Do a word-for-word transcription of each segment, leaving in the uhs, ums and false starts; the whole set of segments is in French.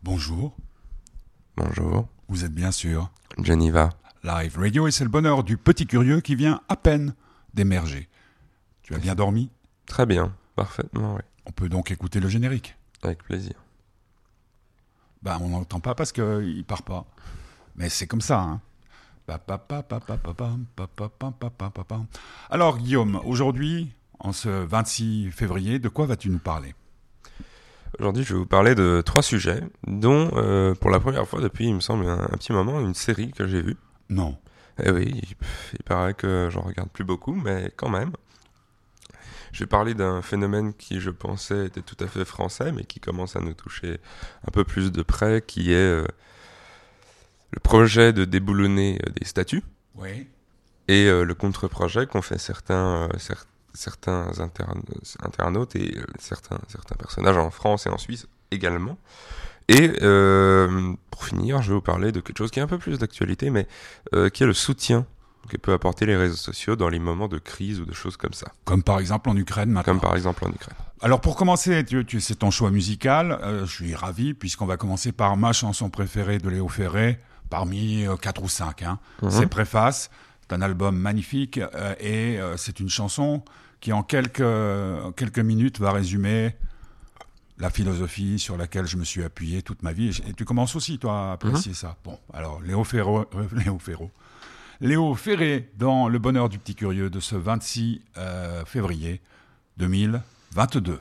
Bonjour. Bonjour. Vous êtes bien sûr Geneva. Live Radio et c'est le bonheur du petit curieux qui vient à peine d'émerger. Tu as bien dormi ? Très bien, parfaitement, oui. On peut donc écouter le générique ? Avec plaisir. Ben, on n'entend pas parce qu'il ne part pas. Mais c'est comme ça, hein. Alors Guillaume, aujourd'hui, en ce vingt-six février, de quoi vas-tu nous parler ? Aujourd'hui, je vais vous parler de trois sujets, dont, euh, pour la première fois depuis, il me semble, un, un petit moment, une série que j'ai vue. Non. Eh oui, il, il paraît que j'en regarde plus beaucoup, mais quand même. Je vais parler d'un phénomène qui, je pensais, était tout à fait français, mais qui commence à nous toucher un peu plus de près, qui est euh, le projet de déboulonner euh, des statues. Oui. Et euh, le contre-projet qu'ont fait certains... Euh, certains certains interne- internautes et euh, certains, certains personnages en France et en Suisse également. Et euh, pour finir, je vais vous parler de quelque chose qui est un peu plus d'actualité, mais euh, qui est le soutien que peuvent apporter les réseaux sociaux dans les moments de crise ou de choses comme ça. Comme par exemple en Ukraine maintenant. Comme par exemple en Ukraine. Alors pour commencer, tu, tu, c'est ton choix musical, euh, je suis ravi puisqu'on va commencer par ma chanson préférée de Léo Ferré, parmi euh, quatre ou cinq. Hein. Mm-hmm. C'est Préface. C'est un album magnifique euh, et euh, c'est une chanson qui en quelques, euh, quelques minutes va résumer la philosophie sur laquelle je me suis appuyé toute ma vie. Et tu commences aussi, toi, à apprécier mm-hmm. ça. Bon, alors Léo Ferré, euh, Léo Ferré, Léo Ferré dans Le Bonheur du Petit Curieux de ce vingt-six euh, février deux mille vingt-deux.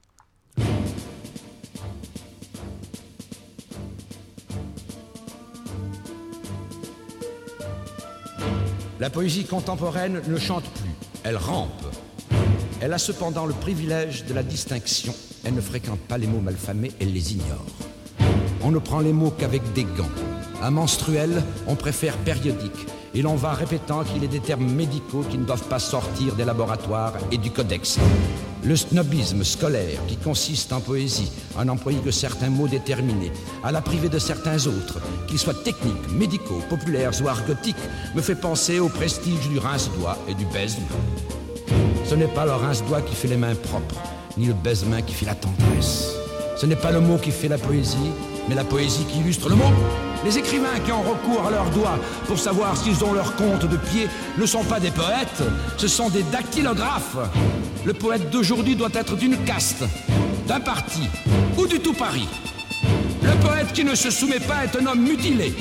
La poésie contemporaine ne chante plus, elle rampe. Elle a cependant le privilège de la distinction. Elle ne fréquente pas les mots malfamés, elle les ignore. On ne prend les mots qu'avec des gants. À menstruel, on préfère périodique. Et l'on va répétant qu'il est des termes médicaux qui ne doivent pas sortir des laboratoires et du codex. Le snobisme scolaire qui consiste en poésie à n'employer que certains mots déterminés, à la priver de certains autres, qu'ils soient techniques, médicaux, populaires ou argotiques, me fait penser au prestige du rince-doigt et du baise-main. Ce n'est pas le rince-doigt qui fait les mains propres, ni le baise-main qui fait la tendresse. Ce n'est pas le mot qui fait la poésie, mais la poésie qui illustre le mot. Les écrivains qui ont recours à leurs doigts pour savoir s'ils ont leur compte de pied ne sont pas des poètes, ce sont des dactylographes. Le poète d'aujourd'hui doit être d'une caste, d'un parti ou du tout Paris. Le poète qui ne se soumet pas est un homme mutilé.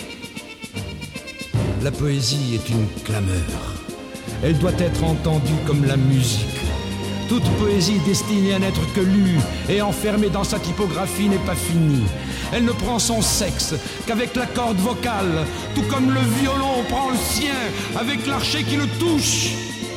La poésie est une clameur. Elle doit être entendue comme la musique. Toute poésie destinée à n'être que lue et enfermée dans sa typographie n'est pas finie. Elle ne prend son sexe qu'avec la corde vocale, tout comme le violon prend le sien avec l'archet qui le touche.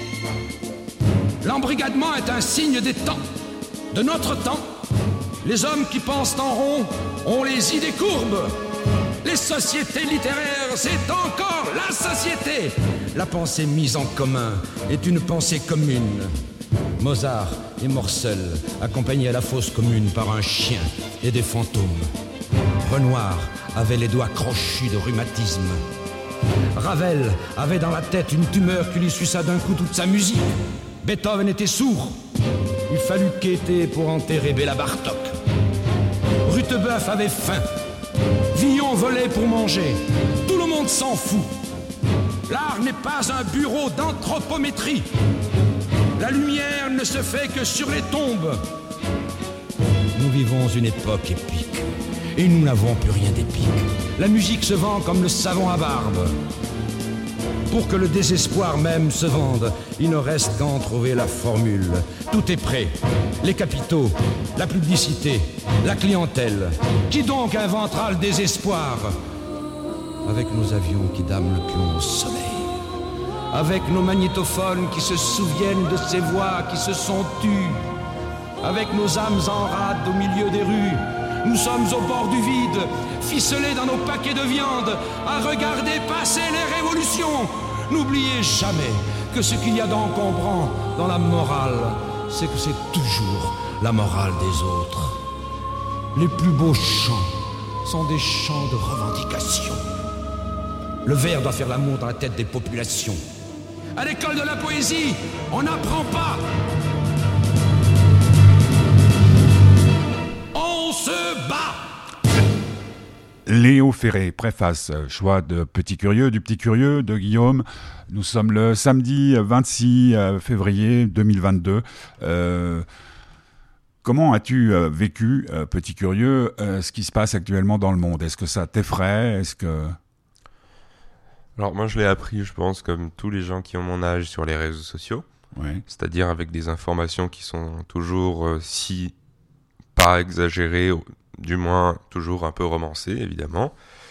L'embrigadement est un signe des temps, de notre temps. Les hommes qui pensent en rond ont les idées courbes. Les sociétés littéraires, c'est encore la société. La pensée mise en commun est une pensée commune. Mozart et Morcel, accompagnés à la fosse commune par un chien et des fantômes. Renoir avait les doigts crochus de rhumatisme. Ravel avait dans la tête une tumeur qui lui suça d'un coup toute sa musique. Beethoven était sourd. Il fallut quêter pour enterrer Béla Bartok. Rutebeuf avait faim. Villon volait pour manger. Tout le monde s'en fout. L'art n'est pas un bureau d'anthropométrie. La lumière ne se fait que sur les tombes. Nous vivons une époque épique. Et nous n'avons plus rien d'épique. La musique se vend comme le savon à barbe. Pour que le désespoir même se vende, il ne reste qu'à en trouver la formule. Tout est prêt. Les capitaux, la publicité, la clientèle. Qui donc inventera le désespoir ? Avec nos avions qui dament le plomb au soleil. Avec nos magnétophones qui se souviennent de ces voix qui se sont tues. Avec nos âmes en rade au milieu des rues. Nous sommes au bord du vide, ficelés dans nos paquets de viande, à regarder passer les révolutions. N'oubliez jamais que ce qu'il y a d'encombrant dans la morale, c'est que c'est toujours la morale des autres. Les plus beaux chants sont des chants de revendication. Le vers doit faire l'amour dans la tête des populations. À l'école de la poésie, on n'apprend pas. On se bat. Léo Ferré, préface, choix de Petit Curieux, du Petit Curieux de Guillaume. Nous sommes le samedi vingt-six février deux mille vingt-deux. Euh, comment as-tu euh, vécu, euh, Petit Curieux, euh, ce qui se passe actuellement dans le monde ? Est-ce que ça t'effraie ? Est-ce que... Alors moi je l'ai appris, je pense, comme tous les gens qui ont mon âge, sur les réseaux sociaux. Ouais. C'est-à-dire avec des informations qui sont toujours, euh, si pas exagérées, du moins toujours un peu romancées, évidemment.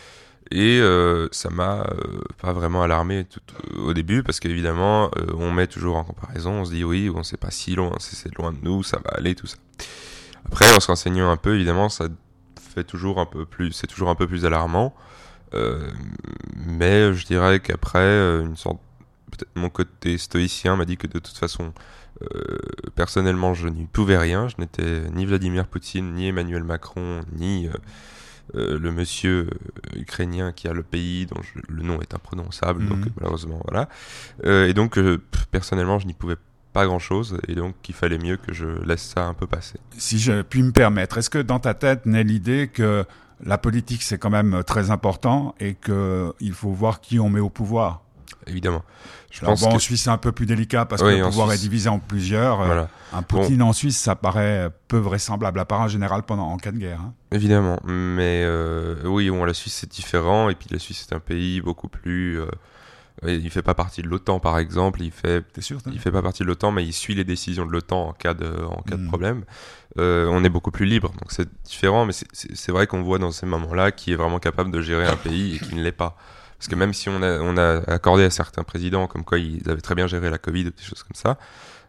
Et euh, ça m'a euh, pas vraiment alarmé tout, euh, au début, parce qu'évidemment, euh, on met toujours en comparaison, on se dit oui, bon, c'est pas si loin, c'est, c'est loin de nous, ça va aller, tout ça. Après, en se renseignant un peu, évidemment, ça fait toujours un peu plus, c'est toujours un peu plus alarmant. Euh, mais je dirais qu'après, euh, une sorte, peut-être mon côté stoïcien m'a dit que de toute façon, euh, personnellement, je n'y pouvais rien. Je n'étais ni Vladimir Poutine, ni Emmanuel Macron, ni euh, euh, le monsieur ukrainien qui a le pays dont je, le nom est imprononçable. Mmh. Donc malheureusement, voilà. Euh, et donc, euh, personnellement, je n'y pouvais pas grand-chose, et donc il fallait mieux que je laisse ça un peu passer. Si je puis me permettre, est-ce que dans ta tête naît l'idée que la politique, c'est quand même très important et qu'il faut voir qui on met au pouvoir ? Évidemment. Je Alors pense bon, que... en Suisse, c'est un peu plus délicat parce oui, que le pouvoir Suisse... est divisé en plusieurs. Voilà. Un Poutine bon. en Suisse, ça paraît peu vraisemblable, à part un général pendant, en cas de guerre. Hein. Évidemment. Mais euh, oui, bon, la Suisse, c'est différent. Et puis la Suisse, c'est un pays beaucoup plus... Euh... Il fait pas partie de l'OTAN, par exemple. Il fait, T'es sûr, il fait pas partie de l'OTAN, mais il suit les décisions de l'OTAN en cas de, en cas mmh. de problème. Euh, on est beaucoup plus libre, donc c'est différent. Mais c'est, c'est, c'est vrai qu'on voit dans ces moments-là qui est vraiment capable de gérer un pays et qui ne l'est pas. Parce que même si on a, on a accordé à certains présidents, comme quoi ils avaient très bien géré la Covid ou des choses comme ça,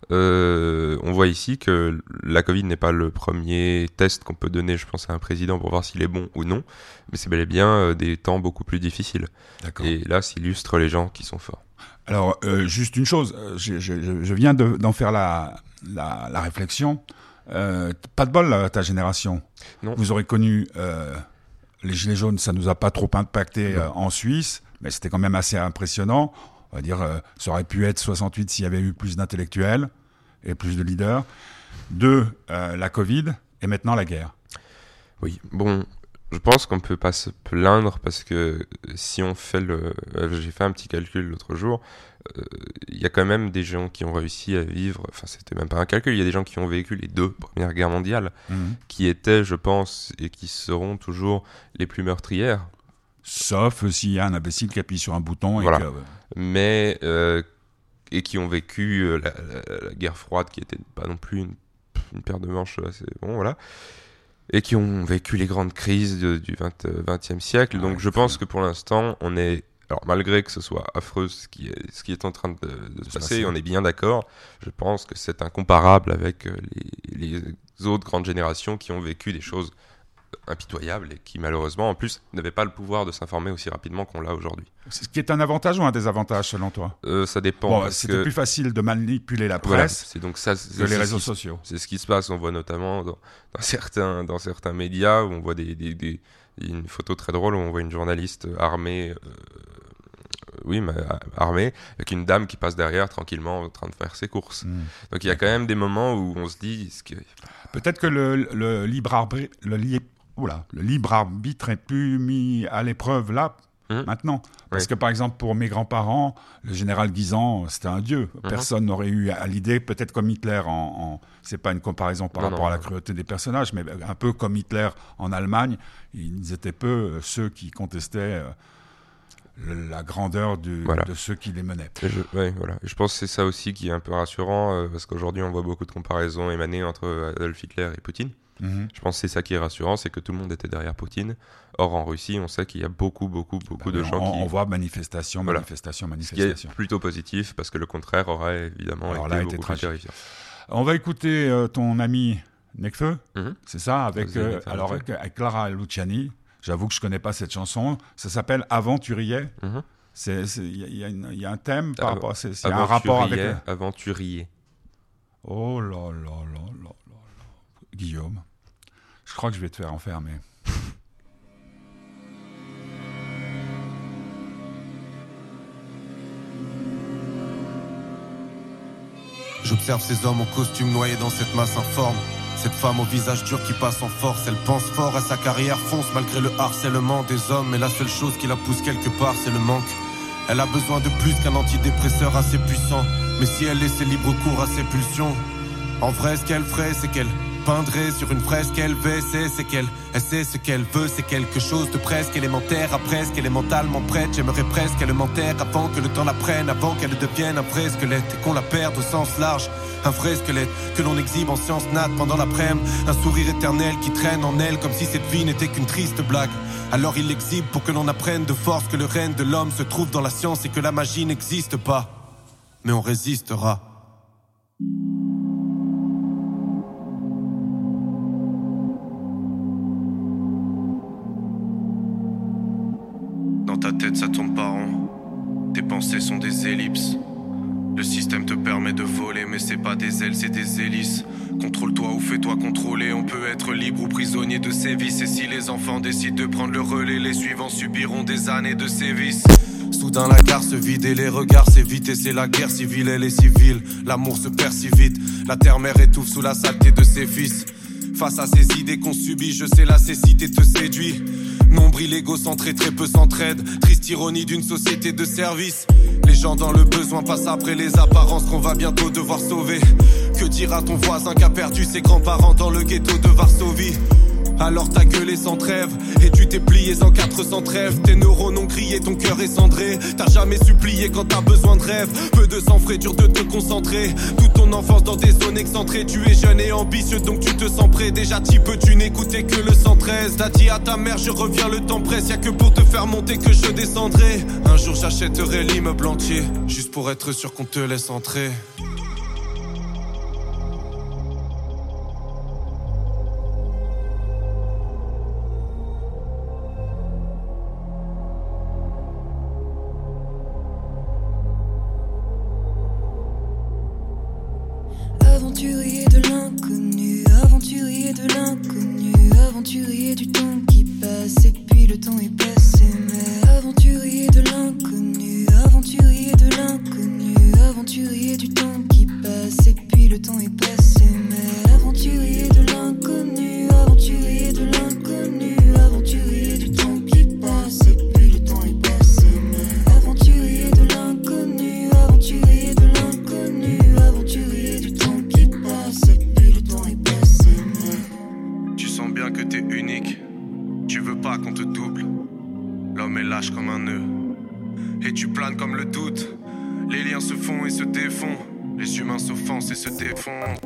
euh, on voit ici que la Covid n'est pas le premier test qu'on peut donner, je pense, à un président pour voir s'il est bon ou non, mais c'est bel et bien euh, des temps beaucoup plus difficiles. D'accord. Et là, s'illustrent les gens qui sont forts. Alors, euh, juste une chose, je, je, je viens de, d'en faire la, la, la réflexion. Euh, pas de bol, là, ta génération. Non. Vous aurez connu euh, les Gilets jaunes, ça nous a pas trop impacté euh, en Suisse, mais c'était quand même assez impressionnant. On va dire, euh, ça aurait pu être soixante-huit s'il y avait eu plus d'intellectuels et plus de leaders. Deux, euh, la Covid, et maintenant la guerre. Oui, bon, je pense qu'on ne peut pas se plaindre parce que si on fait le... J'ai fait un petit calcul l'autre jour, il euh, y a quand même des gens qui ont réussi à vivre, enfin c'était même pas un calcul, il y a des gens qui ont vécu les deux premières guerres mondiales, mmh. qui étaient, je pense, et qui seront toujours les plus meurtrières. Sauf s'il y a un imbécile qui appuie sur un bouton. Et voilà. que... Mais, euh, et qui ont vécu euh, la, la, la guerre froide, qui était pas non plus une, une paire de manches assez bon, voilà. Et qui ont vécu les grandes crises de, du vingtième siècle. Donc ouais, je pense que pour l'instant, on est... Alors malgré que ce soit affreux ce qui est, ce qui est en train de, de se passer, on est bien d'accord. Je pense que c'est incomparable avec les, les autres grandes générations qui ont vécu des choses impitoyables et qui malheureusement en plus n'avaient pas le pouvoir de s'informer aussi rapidement qu'on l'a aujourd'hui. Ce qui est un avantage ou un désavantage selon toi ? euh, Ça dépend. Bon, parce c'était que... plus facile de manipuler la presse voilà, c'est donc ça, c'est, que les c'est réseaux ce qui, sociaux. C'est ce qui se passe. On voit notamment dans, dans, certains, dans certains médias où on voit des, des, des, une photo très drôle où on voit une journaliste armée, euh, oui, mais armée, avec une dame qui passe derrière tranquillement en train de faire ses courses. Mmh. Donc il y a quand même des moments où on se dit... Ce que... Peut-être que le, le libre arbitre... Le li... Oula, le libre arbitre est plus mis à l'épreuve là, mmh. maintenant. Parce oui. que par exemple, pour mes grands-parents, le général Guisan, c'était un dieu. Mmh. Personne n'aurait eu à l'idée, peut-être comme Hitler, en, en... c'est pas une comparaison par non, rapport non, à la cruauté des personnages, mais un peu comme Hitler en Allemagne, ils étaient peu ceux qui contestaient euh, la grandeur du, voilà. de ceux qui les menaient. Et je, ouais, voilà. Et je pense que c'est ça aussi qui est un peu rassurant, euh, parce qu'aujourd'hui, on voit beaucoup de comparaisons émaner entre Adolf Hitler et Poutine. Mmh. Je pense que c'est ça qui est rassurant, c'est que tout le monde était derrière Poutine. Or, en Russie, on sait qu'il y a beaucoup, beaucoup, beaucoup bah, de gens on, qui... On voit manifestation, voilà. manifestation, manifestation. Ce qui est plutôt positif, parce que le contraire aurait évidemment Alors, été là, beaucoup été plus terrifiant. On va écouter euh, ton ami Necfeu, mmh. c'est ça, avec, euh, alors, avec, avec Clara Luciani. J'avoue que je ne connais pas cette chanson. Ça s'appelle Aventurier. Mmh. Il y, y a un thème par rapport à... Il y a un rapport avec... Le... Aventurier. Oh là là là là là. Guillaume, je crois que je vais te faire enfermer. J'observe ces hommes en costume noyés dans cette masse informe. Cette femme au visage dur qui passe en force, elle pense fort à sa carrière, fonce malgré le harcèlement des hommes. Et la seule chose qui la pousse quelque part, c'est le manque. Elle a besoin de plus qu'un antidépresseur assez puissant. Mais si elle laissait libre cours à ses pulsions, en vrai ce qu'elle ferait c'est qu'elle peindrait sur une fresque élevée. C'est, c'est qu'elle, elle sait ce qu'elle veut, c'est quelque chose de presque élémentaire. À presque, elle est mentalement prête, j'aimerais presque qu'elle m'enterre avant que le temps la prenne, avant qu'elle devienne un vrai squelette et qu'on la perde au sens large. Un vrai squelette que l'on exhibe en sciences nat pendant l'après-midi. Un sourire éternel qui traîne en elle comme si cette vie n'était qu'une triste blague. Alors il l'exhibe pour que l'on apprenne de force que le règne de l'homme se trouve dans la science et que la magie n'existe pas. Mais on résistera. Dans ta tête ça tourne pas rond. Tes pensées sont des ellipses. Le système te permet de voler, mais c'est pas des ailes, c'est des hélices. Contrôle-toi ou fais-toi contrôler. On peut être libre ou prisonnier de ses vices. Et si les enfants décident de prendre le relais, les suivants subiront des années de sévices. Soudain la gare se vide et les regards s'évitent. Et c'est la guerre civile, elle est civile. L'amour se perd si vite. La terre-mère étouffe sous la saleté de ses fils. Face à ces idées qu'on subit, je sais la cécité te séduit. Nombril égocentré, très peu s'entraide. Triste ironie d'une société de service. Les gens dans le besoin passent après les apparences qu'on va bientôt devoir sauver. Que dira ton voisin qui a perdu ses grands-parents dans le ghetto de Varsovie? Alors t'as gueulé sans trêve et tu t'es plié en quatre cents trêves. Tes neurones ont crié, ton cœur est cendré. T'as jamais supplié quand t'as besoin de rêve. Peu de sang frais, dur de te concentrer. Toute ton enfance dans des zones excentrées. Tu es jeune et ambitieux donc tu te sens prêt. Déjà t'y peux, tu n'écoutais que le cent treize. T'as dit à ta mère je reviens, le temps presse. Y'a que pour te faire monter que je descendrai. Un jour j'achèterai l'immeuble entier, juste pour être sûr qu'on te laisse entrer. Aventurier de l'inconnu, aventurier de l'inconnu, aventurier du temps qui passe et puis le temps est passé. Mais aventurier de l'inconnu, aventurier de l'inconnu, aventurier du temps qui passe et puis le temps est passé. Mais aventurier de l'inconnu, aventurier de l'inconnu, aventurier du temps qui passe et puis le temps est passé. Mais aventurier de l'inconnu, aventurier de l'inconnu, aventurier du temps qui passe et puis le temps est passé. Mais tu sens bien que t'es unique, tu veux pas qu'on te double. L'homme est lâche comme un nœud et tu planes comme le doute. Les liens se font et se défont, les humains s'offensent et se défont.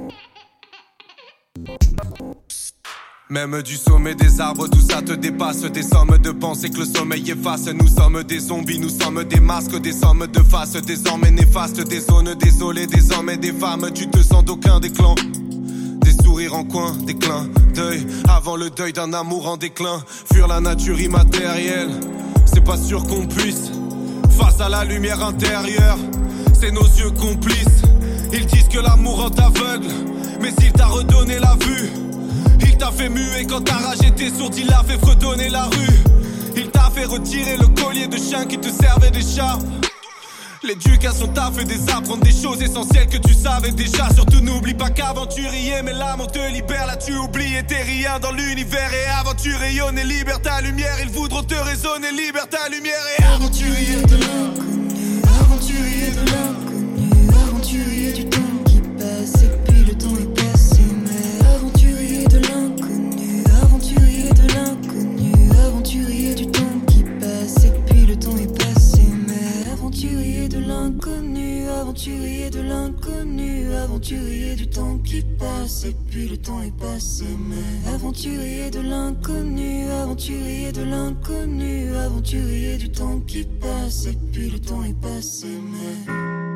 Même du sommet des arbres, tout ça te dépasse. Des sommes de pensées que le sommeil efface. Nous sommes des zombies, nous sommes des masques, des sommes de face, désormais néfastes. Des zones désolées, des hommes et des femmes. Tu te sens d'aucun des clans. Des sourires en coin, des clins d'œil avant le deuil d'un amour en déclin. Fuir la nature immatérielle, c'est pas sûr qu'on puisse. Face à la lumière intérieure, c'est nos yeux complices. Ils disent que l'amour rend aveugle, mais s'il t'a redonné la vue, il t'a fait muer quand ta rage était sourde, il a fait fredonner la rue. Il t'a fait retirer le collier de chien qui te servait d'écharpe. L'éducation t'a fait désapprendre des choses essentielles que tu savais déjà. Surtout n'oublie pas qu'aventurier, mais l'amour te libère. Là tu oublies et t'es rien dans l'univers. Et aventure rayonne et libère ta lumière. Ils voudront te raisonner, libère ta lumière. Et aventurier de l'inconnu, aventurier de l'inconnu, aventurier du temps qui passe et puis le temps est passé. Mais aventurier de l'inconnu, aventurier de l'inconnu, aventurier du temps qui passe et puis le temps est passé. Mais aventurier de l'inconnu, aventurier de l'inconnu, aventurier du temps qui passe et puis le temps est passé. Mais aventurier de l'inconnu, aventurier de l'inconnu, aventurier du temps qui passe et puis le temps est passé. Mais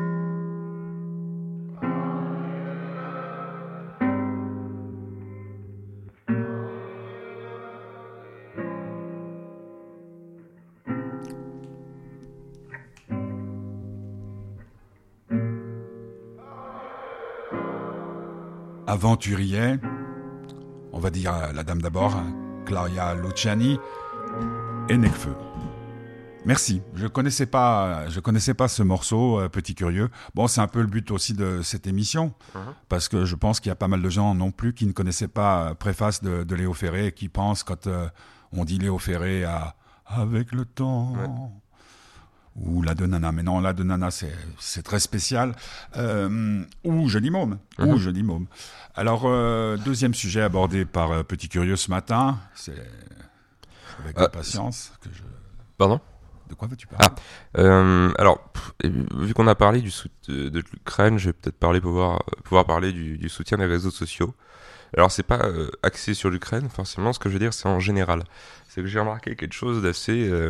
Aventurier, on va dire la dame d'abord, Claudia Luciani et Nekfeu. Merci. Je connaissais pas, je connaissais pas ce morceau, euh, Petit Curieux. Bon, c'est un peu le but aussi de cette émission, uh-huh. parce que je pense qu'il y a pas mal de gens non plus qui ne connaissaient pas euh, Préface de, de Léo Ferré et qui pensent quand euh, on dit Léo Ferré à Avec le temps ouais. ou La de Nana. Mais non, La de Nana, c'est, c'est très spécial. Euh, ou Joli Môme. Uh-huh. Ou Joli Môme. Alors, euh, deuxième sujet abordé par euh, Petit Curieux ce matin, c'est avec ah, impatience que je... Pardon ? De quoi veux-tu parler ? Ah, euh, alors, pff, vu qu'on a parlé du sou- de, de l'Ukraine, je vais peut-être parler, pouvoir, pouvoir parler du, du soutien des réseaux sociaux. Alors, c'est pas euh, axé sur l'Ukraine, forcément, ce que je veux dire, c'est en général. C'est que j'ai remarqué quelque chose d'assez... Euh,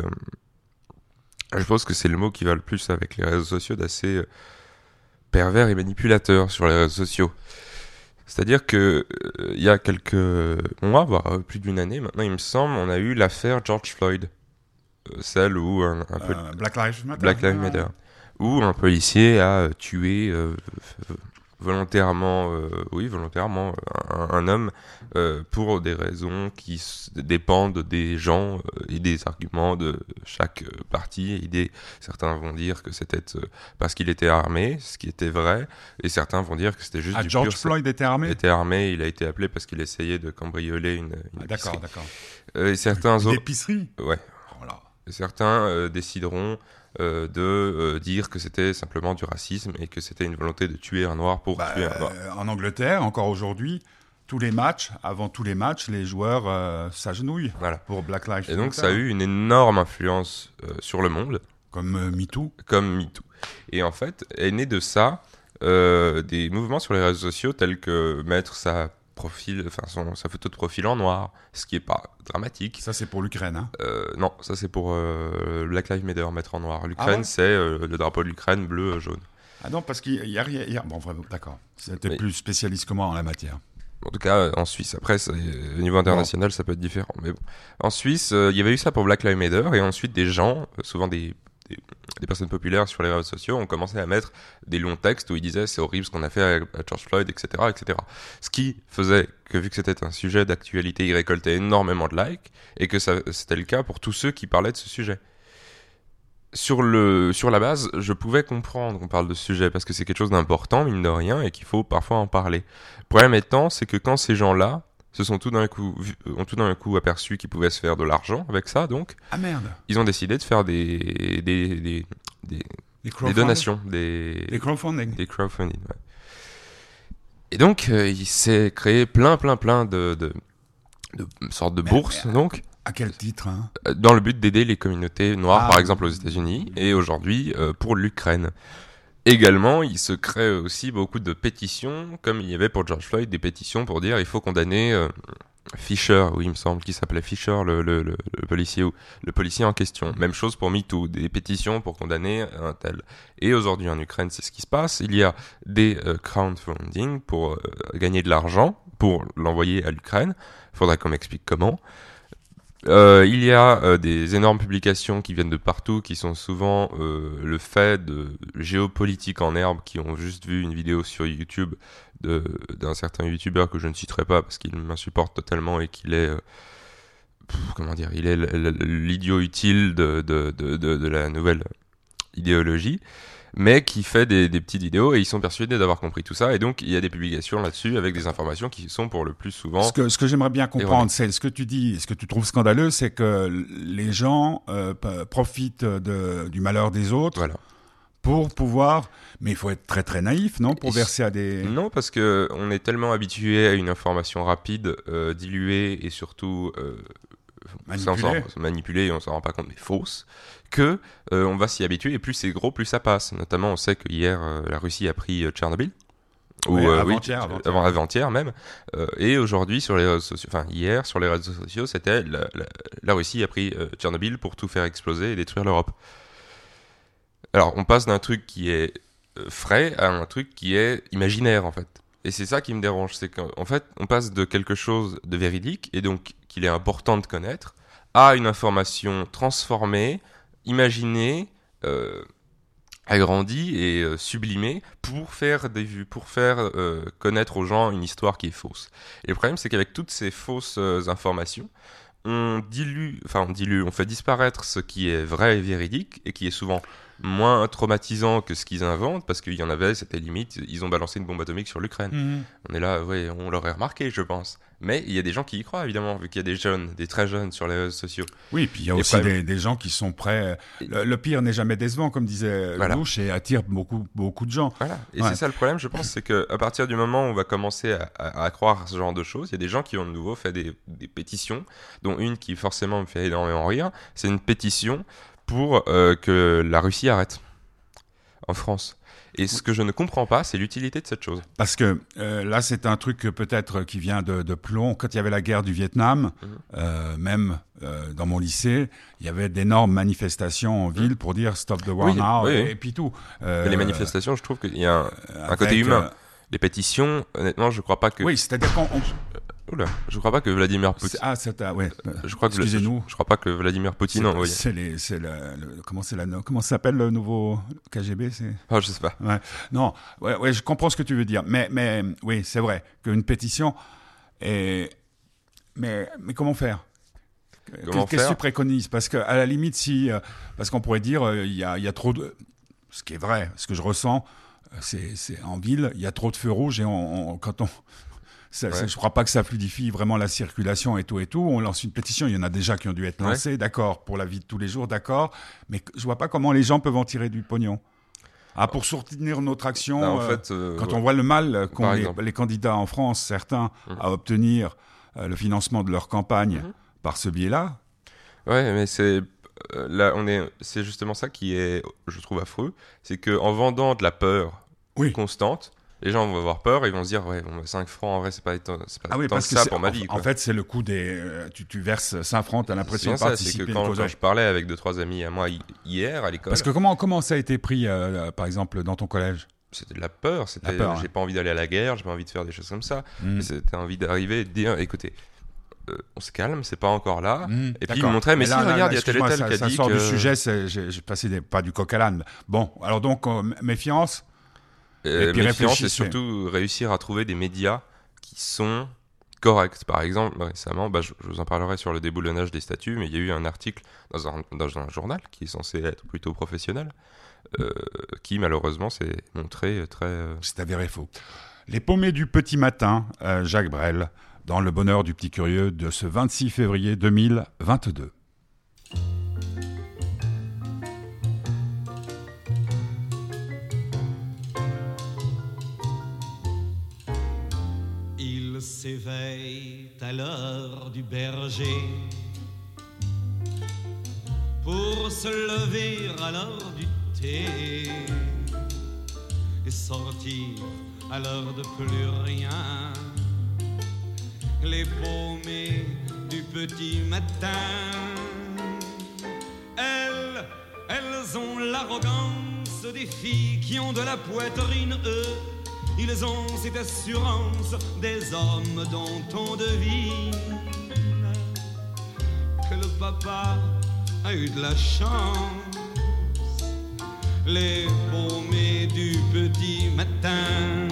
je pense que c'est le mot qui va le plus avec les réseaux sociaux, d'assez euh, pervers et manipulateur sur les réseaux sociaux. C'est-à-dire que euh, il y a quelques mois, voire plus d'une année maintenant, il me semble, on a eu l'affaire George Floyd. Celle où un, un peu euh, Black Lives Matter, Black Lives Matter, où un policier a tué euh, volontairement, euh, oui volontairement, un, un homme euh, pour des raisons qui s- dépendent des gens euh, et des arguments de chaque euh, partie. Et des, certains vont dire que c'était euh, parce qu'il était armé, ce qui était vrai, et certains vont dire que c'était juste ah, du George pur... Floyd était armé. était armé, il a été appelé parce qu'il essayait de cambrioler une, une ah, d'accord, épicerie. d'accord. Euh, et certains une autres... épicerie. Ouais. Voilà. Certains euh, décideront euh, de euh, dire que c'était simplement du racisme et que c'était une volonté de tuer un noir pour bah, tuer un noir. Euh, en Angleterre, encore aujourd'hui, tous les matchs, avant tous les matchs, les joueurs euh, s'agenouillent voilà. pour Black Lives Matter. Et donc ça a eu une énorme influence euh, sur le monde. Comme euh, MeToo. Comme MeToo. Et en fait, est né de ça euh, des mouvements sur les réseaux sociaux tels que mettre sa profil, enfin son, sa photo de profil en noir, ce qui est pas dramatique. Ça c'est pour l'Ukraine, hein euh, Non, ça c'est pour euh, Black Lives Matter, mettre en noir. L'Ukraine, ah ouais c'est euh, le drapeau de l'Ukraine, bleu, jaune. Ah non, parce qu'il y a rien... Bon, vraiment, d'accord. C'était Mais... plus spécialiste que moi en la matière. En tout cas, en Suisse. Après, c'est, au niveau international, bon. ça peut être différent. Mais bon. En Suisse, euh, il y avait eu ça pour Black Lives Matter, et ensuite des gens, souvent des... Des, des personnes populaires sur les réseaux sociaux ont commencé à mettre des longs textes où ils disaient c'est horrible ce qu'on a fait à, à George Floyd, et cetera, et cetera. Ce qui faisait que vu que c'était un sujet d'actualité, il récoltait énormément de likes et que ça, c'était le cas pour tous ceux qui parlaient de ce sujet. Sur, le, sur la base, je pouvais comprendre qu'on parle de ce sujet parce que c'est quelque chose d'important, mine de rien, et qu'il faut parfois en parler. Le problème étant, c'est que quand ces gens-là se sont tout d'un coup, ont tout d'un coup aperçu qu'ils pouvaient se faire de l'argent avec ça, donc ah merde. Ils ont décidé de faire des des des des, des, des donations, des des crowdfunding, des crowdfunding. Ouais. Et donc euh, il s'est créé plein plein plein de de, de sortes de mais, bourses, mais à, donc. À quel titre hein dans le but d'aider les communautés noires, ah, par exemple aux États-Unis, et aujourd'hui euh, pour l'Ukraine. Également, il se crée aussi beaucoup de pétitions, comme il y avait pour George Floyd, des pétitions pour dire il faut condamner euh, Fisher, oui, il me semble qu'il s'appelait Fisher, le, le, le, le policier ou le policier en question. Même chose pour MeToo, des pétitions pour condamner un tel. Et aujourd'hui en Ukraine, c'est ce qui se passe. Il y a des euh, crowdfunding pour euh, gagner de l'argent, pour l'envoyer à l'Ukraine. Il faudra qu'on m'explique comment. Euh, il y a euh, des énormes publications qui viennent de partout, qui sont souvent euh, le fait de géopolitique en herbe, qui ont juste vu une vidéo sur YouTube de, d'un certain youtubeur que je ne citerai pas parce qu'il m'insupporte totalement et qu'il est, euh, pff, comment dire, il est l'idiot utile de, de, de, de, de la nouvelle idéologie, mais qui fait des, des petites vidéos et ils sont persuadés d'avoir compris tout ça, et donc il y a des publications là-dessus avec des informations qui sont pour le plus souvent... Ce que, ce que j'aimerais bien comprendre, c'est ce que tu dis, ce que tu trouves scandaleux, c'est que les gens euh, profitent de, du malheur des autres voilà. pour pouvoir... Mais il faut être très très naïf, non, pour et verser à des... Non, parce que on est tellement habitué à une information rapide, euh, diluée et surtout... Euh, manipulée. manipulée et on s'en rend pas compte, mais fausse, que euh, on va s'y habituer, et plus c'est gros, plus ça passe. Notamment, on sait que hier euh, la Russie a pris euh, Tchernobyl, ou ouais, euh, avant-hier, oui, avant-hier. Avant, avant-hier même, euh, et aujourd'hui sur les réseaux sociaux, enfin hier sur les réseaux sociaux, c'était la, la, la Russie a pris euh, Tchernobyl pour tout faire exploser et détruire l'Europe. Alors, on passe d'un truc qui est euh, frais à un truc qui est imaginaire en fait. Et c'est ça qui me dérange, c'est qu'en fait, on passe de quelque chose de véridique, et donc qu'il est important de connaître, à une information transformée, imaginée, euh, agrandie et euh, sublimée pour faire des vues, pour faire euh, connaître aux gens une histoire qui est fausse. Et le problème, c'est qu'avec toutes ces fausses euh, informations, on dilue, enfin on dilue, on fait disparaître ce qui est vrai et véridique et qui est souvent moins traumatisant que ce qu'ils inventent, parce qu'il y en avait, c'était limite, ils ont balancé une bombe atomique sur l'Ukraine. Mmh. On est là, ouais, on l'aurait remarqué, je pense. Mais il y a des gens qui y croient, évidemment, vu qu'il y a des jeunes, des très jeunes sur les réseaux sociaux. Oui, puis il y a Et aussi pas- des, des gens qui sont prêts. Le, le pire n'est jamais décevant, comme disait Voilà. Louche, et attire beaucoup, beaucoup de gens. Voilà. Et Ouais. c'est ça le problème, je pense, c'est qu'à partir du moment où on va commencer à, à- à croire à ce genre de choses, il y a des gens qui ont de nouveau fait des, des pétitions, dont une qui forcément me fait énormément rire. C'est une pétition pour euh, que la Russie arrête en France. Et ce que je ne comprends pas, c'est l'utilité de cette chose. Parce que euh, là, c'est un truc euh, peut-être qui vient de, de plomb. Quand il y avait la guerre du Vietnam, Mhm. euh, même euh, dans mon lycée, il y avait d'énormes manifestations en ville pour dire stop the war Oui, now, oui, et, oui. et puis tout. Euh, Mais les manifestations, je trouve qu'il y a un, euh, un côté avec, humain. euh, Les pétitions, honnêtement, je crois pas que. Oui, c'est-à-dire qu'on... on- Oula, je crois pas que Vladimir c'est- Poutine. Ah, c'est... ah, ouais. Je crois que Excusez-nous. Je, je crois pas que Vladimir Poutine C'est- a envoyé. C'est les, c'est le, le- comment c'est la, comment ça s'appelle le nouveau K G B, c'est Oh, je sais pas. ouais. Non, ouais, ouais, je comprends ce que tu veux dire, mais, mais oui, c'est vrai qu'une pétition est, mais, mais comment faire Comment Qu'est-ce que faire tu préconises? Parce que à la limite, si, euh, parce qu'on pourrait dire, euh, il y a, il y a trop de, ce qui est vrai, ce que je ressens, euh, c'est, c'est en ville, il y a trop de feux rouges et on, on- quand on Ça, Ouais. c'est- je crois pas que ça fluidifie vraiment la circulation et tout et tout. On lance une pétition, il y en a déjà qui ont dû être Ouais. lancées, d'accord, pour la vie de tous les jours, d'accord, mais je vois pas comment les gens peuvent en tirer du pognon. Ah, pour soutenir notre action, Bah, en euh, fait, euh, quand ouais. on voit le mal qu'ont Par les, exemple. les candidats en France, certains, Mhm. à obtenir euh, le financement de leur campagne Mhm. par ce biais-là, Ouais, mais c'est euh, là, on est, c'est justement ça qui est, je trouve affreux, c'est que en vendant de la peur Oui. constante, les gens vont avoir peur et ils vont se dire ouais, bon, cinq francs en vrai, c'est pas, éton- c'est pas ah oui, tant parce que que ça c'est- pour ma en, vie. en quoi. fait, c'est le coût des, euh, tu, tu verses cinq francs, t'as l'impression de C'est bien ça, c'est participer que à quand, une cause. quand je parlais avec deux trois amis à moi hi- hier à l'école, Parce que comment, comment ça a été pris, euh, par exemple, dans ton collège? c'était de la peur, c'était La peur, j'ai ouais. pas envie d'aller à la guerre, j'ai pas envie de faire des choses comme ça, Mm. c'était envie d'arriver et de dire écoutez, euh, on se calme, c'est pas encore là. Mmh, Et puis il d'accord. me montrait, mais, là, si, là, regarde, là, il y a tel et excuse-moi, tel ça, qui a ça dit sort que... du sujet, c'est- j'ai j'ai passé des, pas du coq à l'âne. Bon, alors donc, euh, méfiance. Euh, Et puis méfiance, réfléchissez. et surtout réussir à trouver des médias qui sont corrects. Par exemple, récemment, bah, je, je vous en parlerai sur le déboulonnage des statuts, mais il y a eu un article dans un, dans un journal qui est censé être plutôt professionnel, euh, qui malheureusement s'est montré très... euh, C'est avéré faux. Les paumés du petit matin, euh, Jacques Brel, dans Le bonheur du petit curieux de ce vingt-six février deux mille vingt-deux. Il s'éveille à l'heure du berger pour se lever à l'heure du thé et sortir à l'heure de plus rien. Les paumées du petit matin, elles, elles ont l'arrogance des filles qui ont de la poitrine, eux. Ils ont cette assurance des hommes dont on devine que le papa a eu de la chance. Les paumés du petit matin,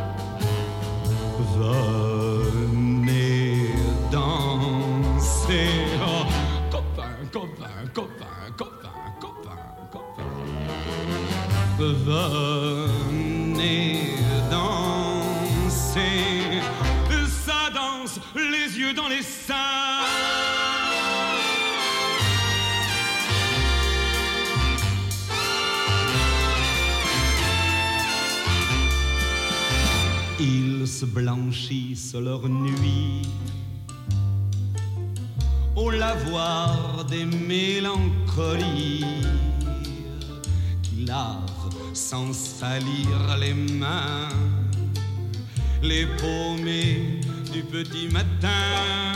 venez danser. Oh, copain, copain, copain, copain, copain, copain. Venez danser, ça danse, les yeux dans les seins. Ils se blanchissent leur nuit au lavoir des mélancolies qui lavent sans salir les mains. Les paumés du petit matin,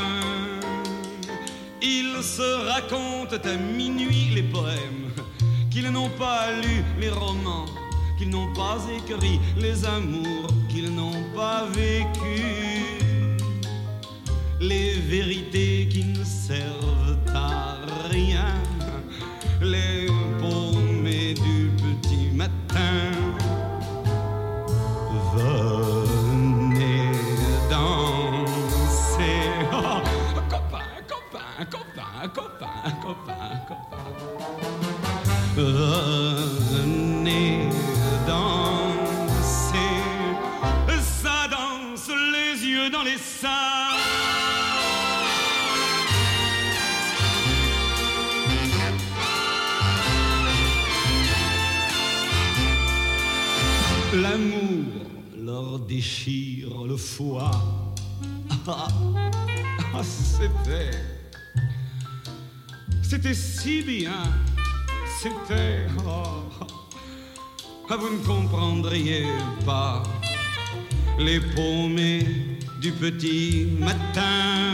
ils se racontent à minuit les poèmes qu'ils n'ont pas lus, les romans qu'ils n'ont pas écrits, les amours qu'ils n'ont pas vécus, les vérités qui ne servent à rien, les paumés du petit matin. Venez danser, oh, copain, copain, copain, copain. Venez danser, ça danse les yeux dans les seins. L'amour leur déchire le foie. Ah, ah, c'était, c'était si bien, c'était, oh, ah, vous ne comprendriez pas les paumés du petit matin.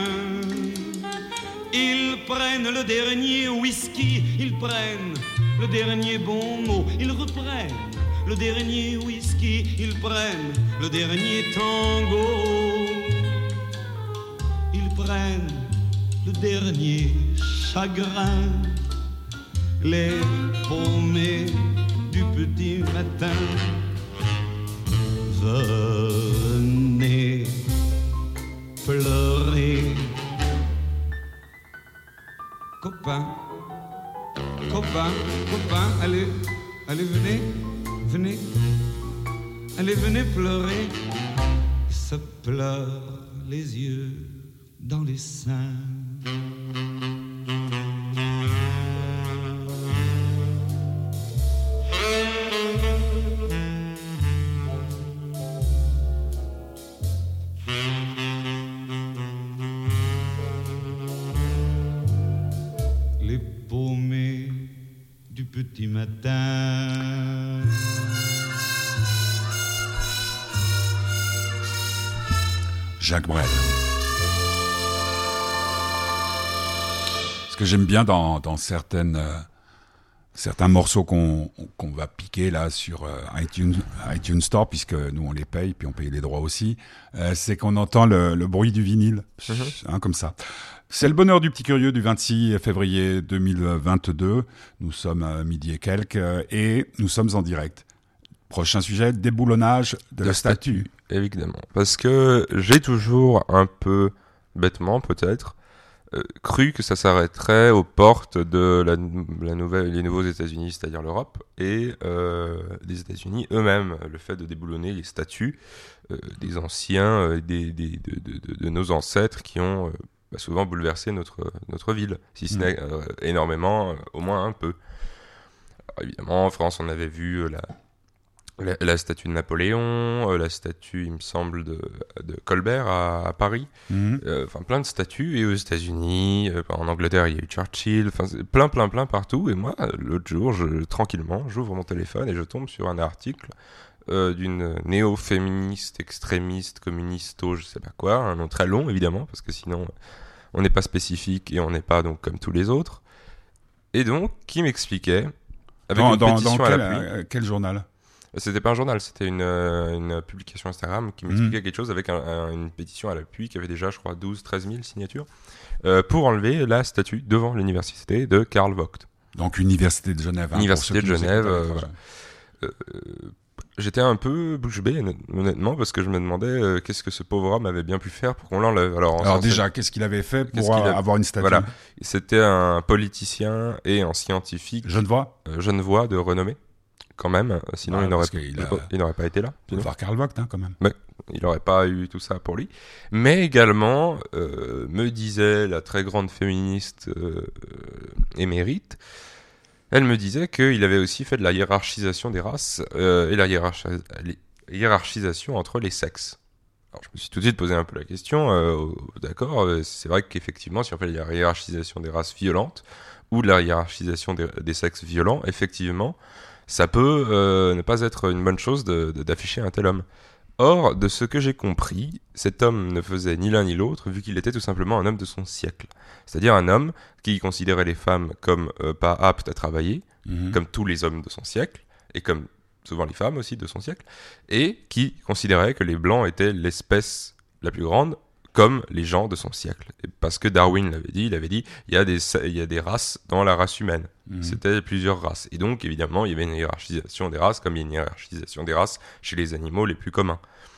Ils prennent le dernier whisky, ils prennent le dernier bon mot, ils reprennent le dernier whisky, ils prennent le dernier tango. Ils prennent le dernier chagrin, les paumés du petit matin. Venez pleurer, copain, copain, copain, allez, allez, venez. Venez, allez, venez pleurer. Ça pleure les yeux dans les seins. Les paumés du petit matin. Jacques Brel. Ce que j'aime bien dans, dans certaines, euh, certains morceaux qu'on, qu'on va piquer là sur euh, iTunes, iTunes Store, puisque nous on les paye, puis on paye les droits aussi, euh, c'est qu'on entend le, le bruit du vinyle, mm-hmm. hein, comme ça. C'est le bonheur du petit curieux du vingt-six février deux mille vingt-deux. Nous sommes à midi et quelques, et nous sommes en direct. Prochain sujet, déboulonnage de, de la statue. statue. Évidemment. Parce que j'ai toujours un peu, bêtement peut-être, euh, cru que ça s'arrêterait aux portes de la, la nouvelle, les nouveaux États-Unis, c'est-à-dire l'Europe, et euh, les États-Unis eux-mêmes. Le fait de déboulonner les statues euh, des anciens, euh, des, des, de, de, de, de nos ancêtres qui ont euh, bah, souvent bouleversé notre, notre ville, si ce mmh. n'est euh, énormément, euh, au moins un peu. Alors, évidemment, en France, on avait vu euh, la... La, la statue de Napoléon, euh, la statue, il me semble, de, de Colbert à, à Paris. Enfin, mmh. euh, plein de statues. Et aux États-Unis, euh, en Angleterre, il y a eu Churchill. Enfin, plein, plein, plein partout. Et moi, l'autre jour, je, tranquillement, j'ouvre mon téléphone et je tombe sur un article euh, d'une néo-féministe, extrémiste, communisto, je sais pas quoi. Un nom très long, évidemment, parce que sinon, on n'est pas spécifique et on n'est pas donc comme tous les autres. Et donc, qui m'expliquait, avec dans, une dans, pétition dans à quel, l'appui... euh, quel journal ? C'était pas un journal, c'était une, une publication Instagram qui m'expliquait mmh. quelque chose avec un, un, une pétition à l'appui qui avait déjà, je crois, douze à treize mille signatures euh, pour enlever la statue devant l'université de Karl Vogt. Donc, Université de Genève. Hein, Université de Genève. Euh, voilà. euh, j'étais un peu bouche bée, honnêtement, parce que je me demandais euh, qu'est-ce que ce pauvre homme avait bien pu faire pour qu'on l'enlève. Alors, Alors déjà, fait, qu'est-ce qu'il avait fait pour a... avoir une statue ? Voilà, c'était un politicien et un scientifique genevois, euh, genevois de renommée. Quand même, sinon ah, il, n'aurait, il, a... il n'aurait pas été là. Il faut voir Karl Vogt, hein, quand même. Mais il n'aurait pas eu tout ça pour lui. Mais également, euh, me disait la très grande féministe euh, émérite, elle me disait qu'il avait aussi fait de la hiérarchisation des races euh, et la hiérarchi... hiérarchisation entre les sexes. Alors je me suis tout de suite posé un peu la question, euh, d'accord, c'est vrai qu'effectivement, si on fait de la hiérarchisation des races violentes ou de la hiérarchisation des, des sexes violents, effectivement, ça peut euh, ne pas être une bonne chose de, de, d'afficher un tel homme. Or, de ce que j'ai compris, cet homme ne faisait ni l'un ni l'autre, vu qu'il était tout simplement un homme de son siècle. C'est-à-dire un homme qui considérait les femmes comme euh, pas aptes à travailler, mmh. comme tous les hommes de son siècle, et comme souvent les femmes aussi de son siècle, et qui considérait que les Blancs étaient l'espèce la plus grande, comme les gens de son siècle. Et parce que Darwin l'avait dit, il avait dit, il y a des, il y a des races dans la race humaine. Mmh. C'était plusieurs races. Et donc, évidemment, il y avait une hiérarchisation des races, comme il y a une hiérarchisation des races chez les animaux les plus communs.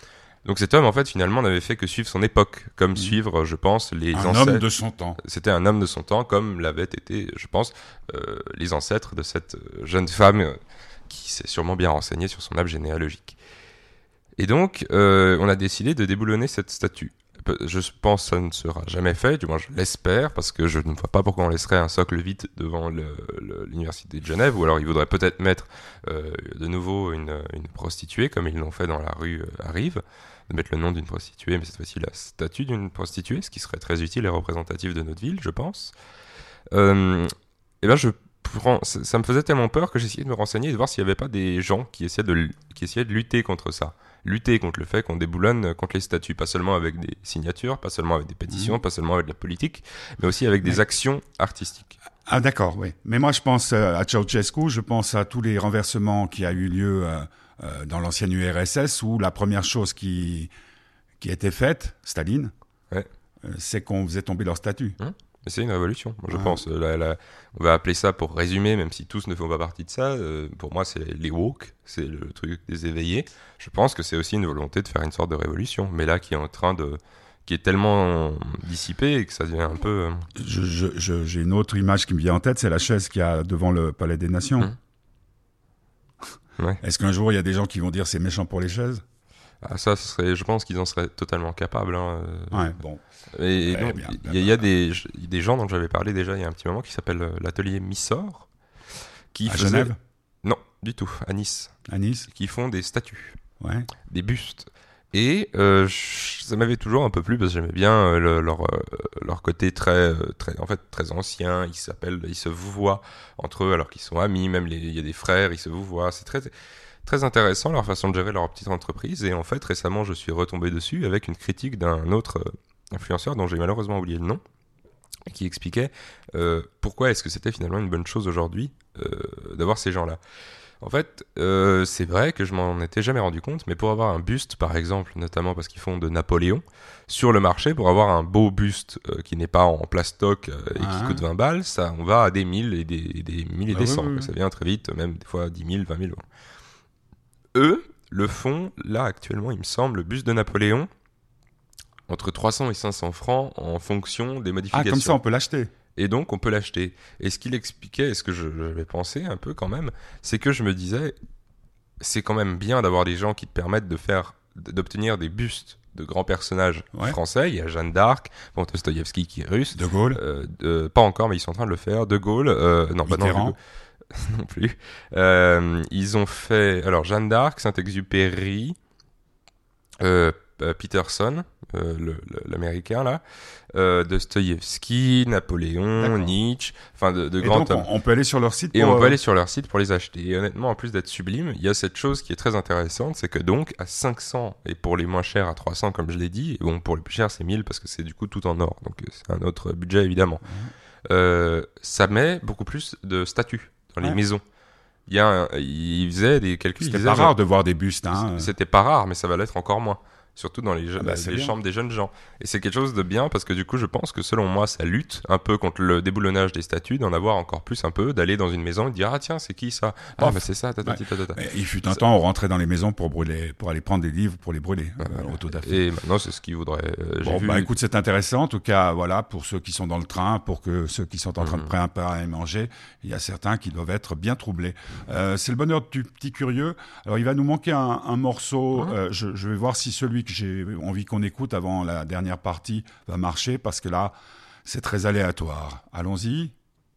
Donc cet homme, en fait, finalement, n'avait fait que suivre son époque, comme mmh. suivre, je pense, les un ancêtres. Un homme de son temps. C'était un homme de son temps, comme l'avaient été, je pense, euh, les ancêtres de cette jeune femme euh, qui s'est sûrement bien renseignée sur son arbre généalogique. Et donc, euh, on a décidé de déboulonner cette statue. Je pense que ça ne sera jamais fait, du moins je l'espère, parce que je ne vois pas pourquoi on laisserait un socle vide devant le, le, l'université de Genève, ou alors ils voudraient peut-être mettre euh, de nouveau une, une prostituée, comme ils l'ont fait dans la rue euh, Arrive, de mettre le nom d'une prostituée, mais cette fois-ci la statue d'une prostituée, ce qui serait très utile et représentatif de notre ville, je pense. Euh, et ben je prends, ça, ça me faisait tellement peur que j'essayais de me renseigner et de voir s'il n'y avait pas des gens qui essayaient de, qui essayaient de lutter contre ça. Lutter contre le fait qu'on déboulonne contre les statuts, pas seulement avec des signatures, pas seulement avec des pétitions, mmh. pas seulement avec de la politique, mais aussi avec des mais... actions artistiques. Ah d'accord, oui. Mais moi je pense à Ceausescu, je pense à tous les renversements qui a eu lieu euh, euh, dans l'ancienne U R S S, où la première chose qui, qui a été faite, Staline, ouais. euh, c'est qu'on faisait tomber leur statut. Mmh. Mais c'est une révolution, moi, je ah. pense. La, la, on va appeler ça, pour résumer, même si tous ne font pas partie de ça, euh, pour moi c'est les woke, c'est le truc des éveillés. Je pense que c'est aussi une volonté de faire une sorte de révolution, mais là qui est en train de... qui est tellement dissipé et que ça devient un peu... Je, je, je, j'ai une autre image qui me vient en tête, c'est la chaise qu'il y a devant le Palais des Nations. Mmh. Ouais. Est-ce qu'un jour il y a des gens qui vont dire c'est méchant pour les chaises ? Ah, ça, ce serait, je pense qu'ils en seraient totalement capables. Hein. Ouais, bon. Et, et ouais, il y, y a des, des gens dont j'avais parlé déjà il y a un petit moment qui s'appellent l'atelier Missor. Qui à faisait... Genève ? Non, du tout, à Nice. À Nice ? Qui font des statues, ouais. des bustes. Et euh, je, ça m'avait toujours un peu plu parce que j'aimais bien euh, le, leur, euh, leur côté très, très, en fait, très ancien. Ils s'appellent, ils se vouvoient entre eux alors qu'ils sont amis. Même les, il y a des frères, ils se vouvoient. C'est très... Très intéressant leur façon de gérer leur petite entreprise, et en fait récemment je suis retombé dessus avec une critique d'un autre euh, influenceur dont j'ai malheureusement oublié le nom, qui expliquait euh, pourquoi est-ce que c'était finalement une bonne chose aujourd'hui euh, d'avoir ces gens-là. En fait, euh, c'est vrai que je m'en étais jamais rendu compte, mais pour avoir un buste par exemple, notamment parce qu'ils font de Napoléon, sur le marché, pour avoir un beau buste euh, qui n'est pas en plastoc euh, et ah, qui coûte vingt balles, ça, on va à des mille et des, et des mille et bah des cents, oui, oui. Ça vient très vite, même des fois dix mille, vingt mille. Bon. Eux le font, là actuellement il me semble, le buste de Napoléon, entre trois cents et cinq cents francs en fonction des modifications. Ah, comme ça on peut l'acheter. Et donc on peut l'acheter. Et ce qu'il expliquait, et ce que je, j'avais pensé un peu quand même, c'est que je me disais, c'est quand même bien d'avoir des gens qui te permettent de faire, d'obtenir des bustes de grands personnages ouais. français. Il y a Jeanne d'Arc, bon, Dostoïevski qui est russe. De Gaulle. Euh, de, pas encore, mais ils sont en train de le faire. De Gaulle, euh, non, pas bah non, non plus. Euh, ils ont fait alors Jeanne d'Arc, Saint-Exupéry, euh, Peterson, euh, le, le, l'américain là, euh, Dostoïevski, Napoléon, D'accord. Nietzsche, enfin de, de grands hommes. On, on peut aller sur leur site. Et pour... on peut aller sur leur site pour les acheter. Et honnêtement, en plus d'être sublime, il y a cette chose qui est très intéressante, c'est que donc à cinq cents et pour les moins chers à trois cents comme je l'ai dit, et bon pour les plus chers c'est mille parce que c'est du coup tout en or, donc c'est un autre budget évidemment. Mmh. Euh, ça met beaucoup plus de statues dans les ouais. maisons. Il y a un, il faisait des calculs. C'était disait, pas genre, rare de voir des bustes. Hein. C'était pas rare, mais ça va l'être encore moins. Surtout dans les, je- ah bah, les chambres des jeunes gens. Et c'est quelque chose de bien parce que du coup, je pense que selon moi, ça lutte un peu contre le déboulonnage des statues, d'en avoir encore plus un peu, d'aller dans une maison et de dire ah tiens c'est qui ça ah oh, bah c'est ça tata, ouais. tata, tata. Il fut un ça... temps on rentrait dans les maisons pour brûler, pour aller prendre des livres pour les brûler. Ouais, euh, tout à fait. Et maintenant c'est ce qu'ils voudraient. Euh, bon j'ai bah vu... écoute c'est intéressant en tout cas voilà pour ceux qui sont dans le train, pour que ceux qui sont en train mmh. de préparer à manger, il y a certains qui doivent être bien troublés. Euh, c'est le bonheur du petit curieux. Alors il va nous manquer un, un morceau. Mmh. Euh, je, je vais voir si celui que j'ai envie qu'on écoute avant la dernière partie va marcher parce que là c'est très aléatoire. Allons-y.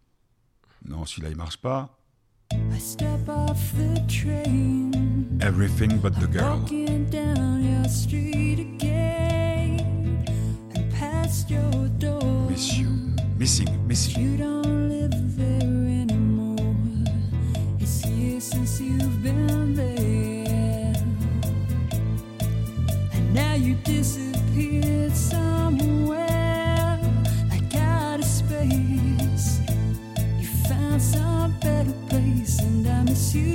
Non, celui-là il marche pas. I step off the train. Everything but the girl. Walking down your street again and past your door. Miss you, missing, missing. You don't live there anymore. It's years since you've been there, and now you disappeared somewhere like out of space. You found some better place, and I miss you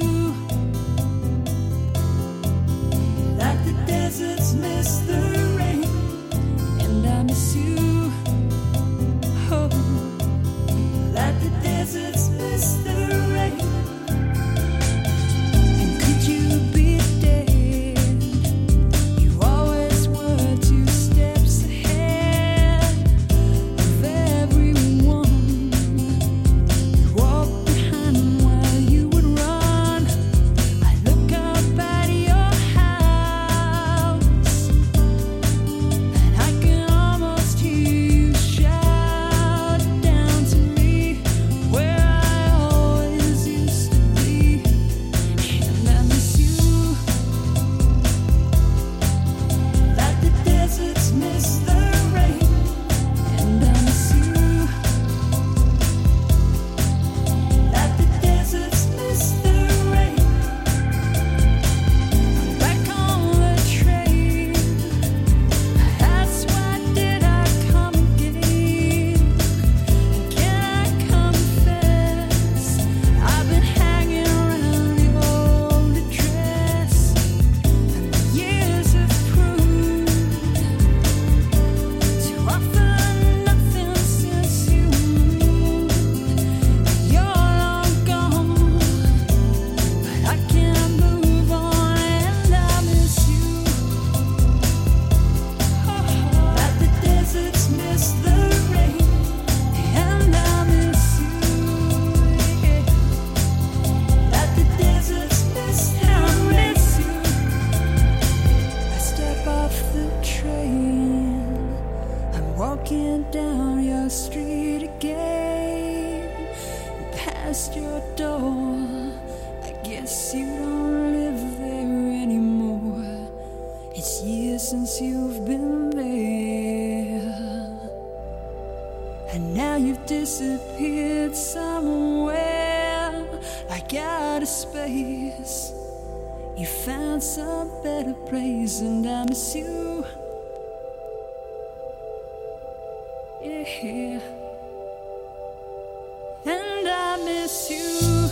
like the deserts miss the rain, and I miss you, oh, like the deserts miss the rain. And could you be dead? You always past your door. I guess you don't live there anymore. It's years since you've been there, and now you've disappeared somewhere like out of space. You found some better place, and I miss you. Yeah, and I miss you.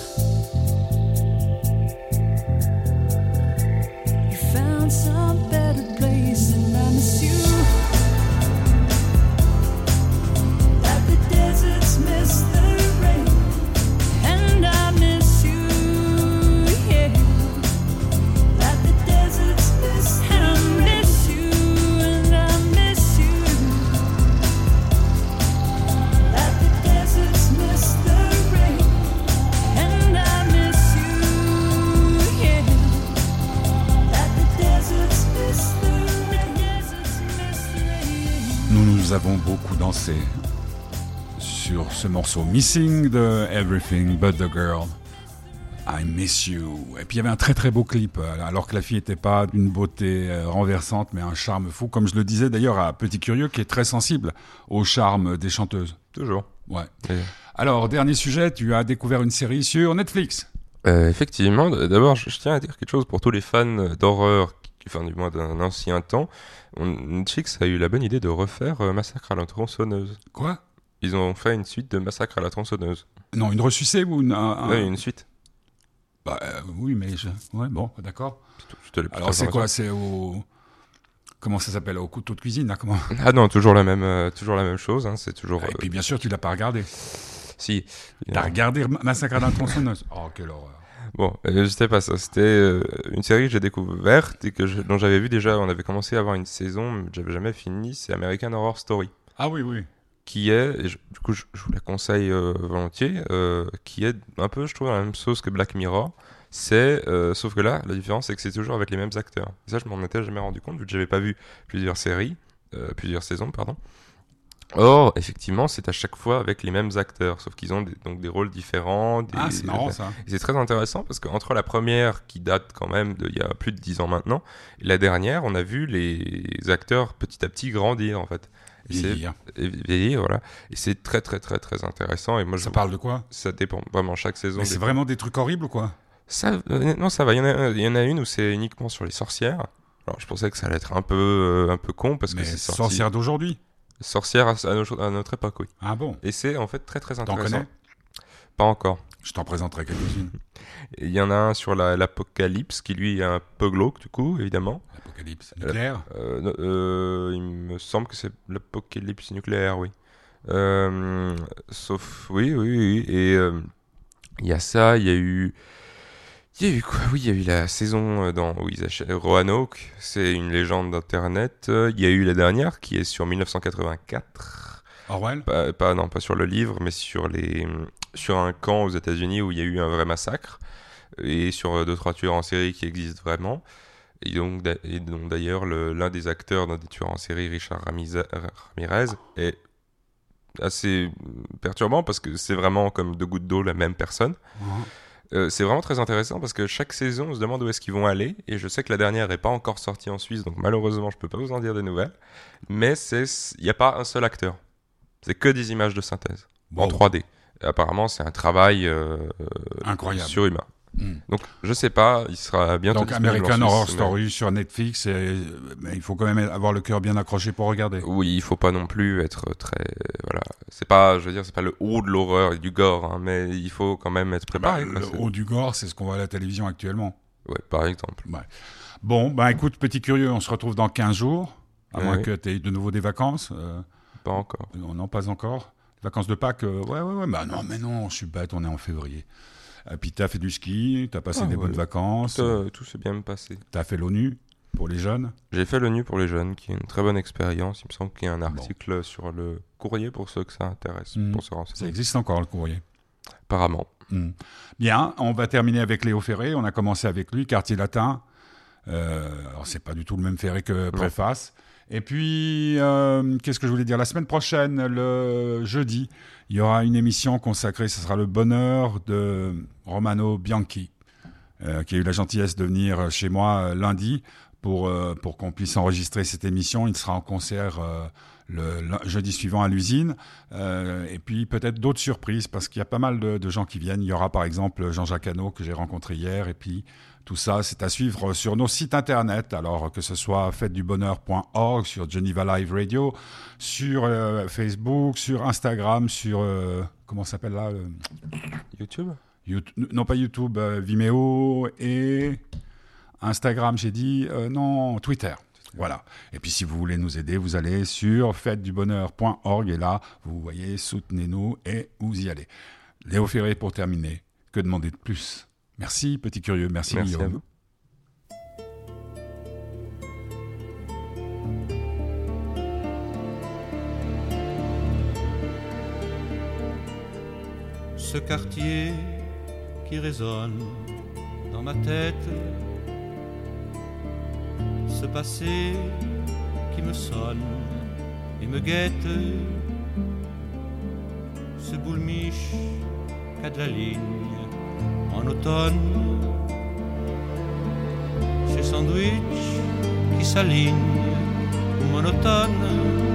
You found some better place, and I miss you. Like the deserts miss the rain, and I miss you. Yeah, like the deserts miss the rain. I miss you, and I miss you. Like the deserts miss the rain, and I miss you. Yeah, like the deserts miss the rain. Deserts miss the rain. Nous nous avons beaucoup dansé sur ce morceau Missing de Everything But The Girl. I Miss You. Et puis il y avait un très très beau clip, alors que la fille n'était pas d'une beauté euh, renversante, mais un charme fou, comme je le disais d'ailleurs à Petit Curieux, qui est très sensible au charme des chanteuses. Toujours. Ouais. Et- Alors, dernier sujet, tu as découvert une série sur Netflix. Euh, effectivement, d- d'abord, je, je tiens à dire quelque chose pour tous les fans d'horreur, qui- enfin du moins d'un ancien temps. On, Netflix a eu la bonne idée de refaire euh, Massacre à la tronçonneuse. Quoi? Ils ont fait une suite de Massacre à la tronçonneuse. Non, une ressucée ou une... un- un- Ouais, une suite. Bah, euh, oui, mais... Je... Ouais, bon, d'accord. Je te l'ai plus Alors, c'est information. quoi? C'est au... Comment ça s'appelle? Au couteau de cuisine, là, comment? Ah non, toujours la même, euh, toujours la même chose. Hein, c'est toujours. Et euh, puis, bien sûr, tu l'as pas regardé. Si. T'as regardé Massacre à la tronçonneuse? Oh, quelle horreur. Bon, euh, c'était pas ça. C'était euh, une série que j'ai découverte et que je- dont j'avais vu déjà. On avait commencé à avoir une saison, mais j'avais jamais fini. C'est American Horror Story, Ah oui, oui. qui est, et je- du coup, je, je vous la conseille euh, volontiers, euh, qui est un peu, je trouve, la même chose que Black Mirror. C'est, euh, sauf que là, la différence, c'est que c'est toujours avec les mêmes acteurs. Et ça, je m'en étais jamais rendu compte vu que j'avais pas vu plusieurs séries, euh, plusieurs saisons, pardon. Or, effectivement, c'est à chaque fois avec les mêmes acteurs, sauf qu'ils ont des, donc des rôles différents. Des, Ah, c'est marrant, ça. Et c'est très intéressant parce qu'entre la première, qui date quand même d'il y a plus de dix ans maintenant, et la dernière, on a vu les acteurs petit à petit grandir, en fait. Et c'est- Vieillir. et vieillir, voilà. Et c'est très, très, très, très intéressant. Et moi, Ça je, parle de quoi? ça dépend vraiment chaque saison. Mais des- c'est vraiment des trucs horribles ou quoi? Ça, euh, non, ça va. Il y en a, il y en a une où c'est uniquement sur les sorcières. Alors, je pensais que ça allait être un peu, euh, un peu con parce Mais que c'est sorti. sorcière d'aujourd'hui? Sorcière à, à notre, à notre époque, oui. Ah bon? Et c'est en fait très, très T'en intéressant. connais? Pas encore. Je t'en présenterai quelques-unes. Et il y en a un sur la- l'apocalypse qui lui est un peu glauque, du coup, évidemment. Apocalypse nucléaire? Euh, no- euh, il me semble que c'est l'apocalypse nucléaire, oui. Euh, sauf, oui, oui, oui. Et euh, il y a ça, il y a eu. Il y a eu quoi? Oui, il y a eu la saison euh, dans où ils achètent Roanoke, c'est une légende d'internet. Euh, Il y a eu la dernière qui est sur mille neuf cent quatre-vingt-quatre. Orwell? Pas, pas- non, pas sur le livre, mais sur les sur un camp aux États-Unis où il y a eu un vrai massacre et sur euh, deux trois tueurs en série qui existent vraiment. Et donc, d'a- et donc d'ailleurs, le- l'un des acteurs d'un des tueurs en série, Richard Ramiza- Ramirez, est assez perturbant parce que c'est vraiment comme deux gouttes d'eau la même personne. Mhm. Euh, c'est vraiment très intéressant parce que chaque saison, on se demande où est-ce qu'ils vont aller. Et je sais que la dernière n'est pas encore sortie en Suisse, donc malheureusement, je peux pas vous en dire des nouvelles. Mais c'est, il n'y a pas un seul acteur. C'est que des images de synthèse en Wow. trois D. Et apparemment, c'est un travail euh, Incroyable. surhumain. Mm. Donc, je sais pas, il sera bientôt Donc disponible en American Suisse, Horror mais- Story sur Netflix, et... mais il faut quand même avoir le cœur bien accroché pour regarder. Oui, il faut pas non plus être très, voilà. C'est pas, je veux dire, c'est pas le haut de l'horreur et du gore, hein, mais il faut quand même être Bah, préparé. quoi, le c'est- haut du gore, c'est ce qu'on voit à la télévision actuellement. Ouais, par exemple. Ouais. Bon, bah écoute, petit curieux, on se retrouve dans quinze jours, à Ouais, moins oui. que tu aies de nouveau des vacances. Euh, Pas encore. non, pas encore. Les vacances de Pâques, euh, ouais, ouais, ouais. Bah non, mais non, je suis bête, on est en février. Et puis t'as fait du ski, t'as passé Ah, des ouais. bonnes vacances, Tout, euh, tout s'est bien passé. t'as fait l'ONU pour les jeunes. J'ai fait l'ONU pour les jeunes, qui est une très bonne expérience. Il me semble qu'il y a un article sur le courrier pour ceux que ça intéresse, Mhm. pour se Ça renseigner. existe encore le courrier. Apparemment. Hmm. Bien, on va terminer avec Léo Ferré. On a commencé avec lui, Quartier Latin. Euh, alors, c'est pas du tout le même Ferré que Préface. Et puis, euh, qu'est-ce que je voulais dire ? La semaine prochaine, le jeudi, il y aura une émission consacrée, ce sera le bonheur de Romano Bianchi, euh, qui a eu la gentillesse de venir chez moi euh, lundi pour, euh, pour qu'on puisse enregistrer cette émission. Il sera en concert euh, le, le jeudi suivant à l'usine. Euh, et puis peut-être d'autres surprises, parce qu'il y a pas mal de, de gens qui viennent. Il y aura par exemple Jean-Jacques Hano, que j'ai rencontré hier, et puis... Tout ça, c'est à suivre sur nos sites internet, alors que ce soit fête du bonheur point org, sur Geneva Live Radio, sur euh, Facebook, sur Instagram, sur... Euh, comment ça s'appelle là euh, YouTube, YouTube Non, pas YouTube, euh, Vimeo et Instagram, j'ai dit. Euh, non, Twitter. Voilà. Et puis, si vous voulez nous aider, vous allez sur fête du bonheur point org et là, vous voyez, soutenez-nous et vous y allez. Léo Ferré, pour terminer, que demander de plus ? Merci, petit curieux. Merci, Merci Guillaume. Ce quartier qui résonne dans ma tête, ce passé qui me sonne et me guette, ce boulmiche qu'a de la ligne en automne, ces sandwichs qui s'alignent monotone,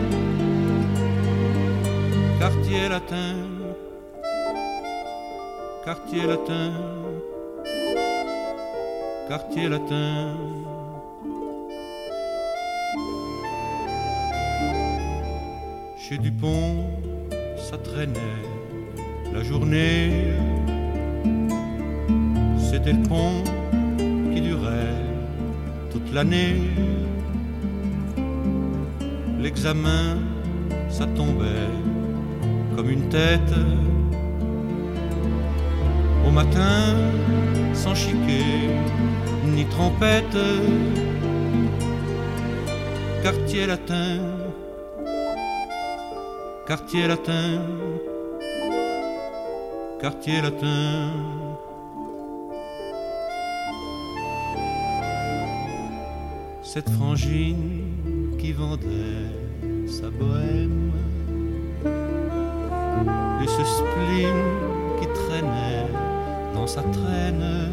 quartier latin, quartier latin, quartier latin. Chez Dupont, ça traînait la journée. C'était le pont qui durait toute l'année. L'examen, ça tombait comme une tête. Au matin, sans chiquet ni trompette. Quartier latin, quartier latin, quartier latin. Cette frangine qui vendait sa bohème et ce spleen qui traînait dans sa traîne.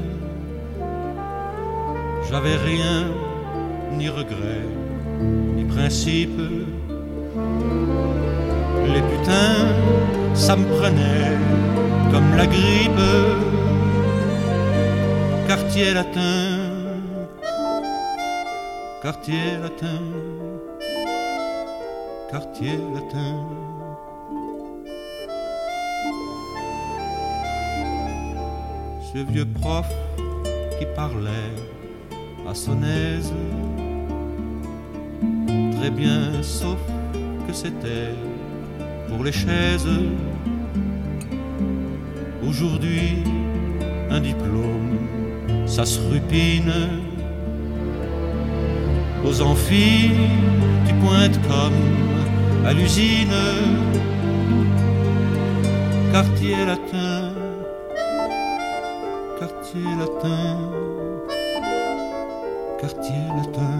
J'avais rien, ni regret, ni principe. Les putains, ça me prenait comme la grippe. Quartier latin, quartier latin, quartier latin. Ce vieux prof qui parlait à son aise, très bien sauf que c'était pour les chaises. Aujourd'hui, un diplôme, ça se rupine. Aux amphis, tu pointes comme à l'usine. Quartier latin, quartier latin, quartier latin.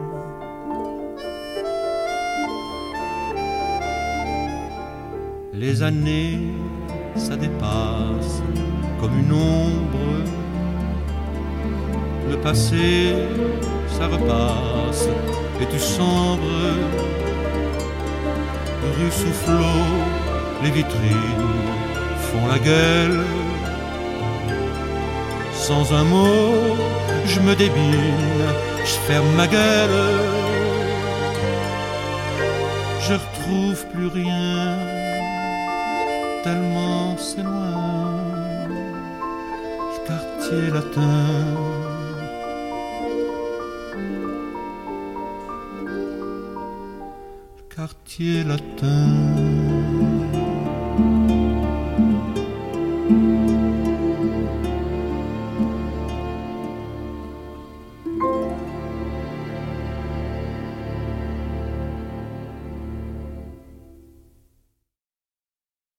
Les années, ça dépasse comme une ombre. Le passé, ça repasse et tu sombres. Rue Soufflot, les vitrines font la gueule. Sans un mot, je me débine, je ferme ma gueule. Je retrouve plus rien, tellement c'est loin. Le quartier latin. Quartier latin.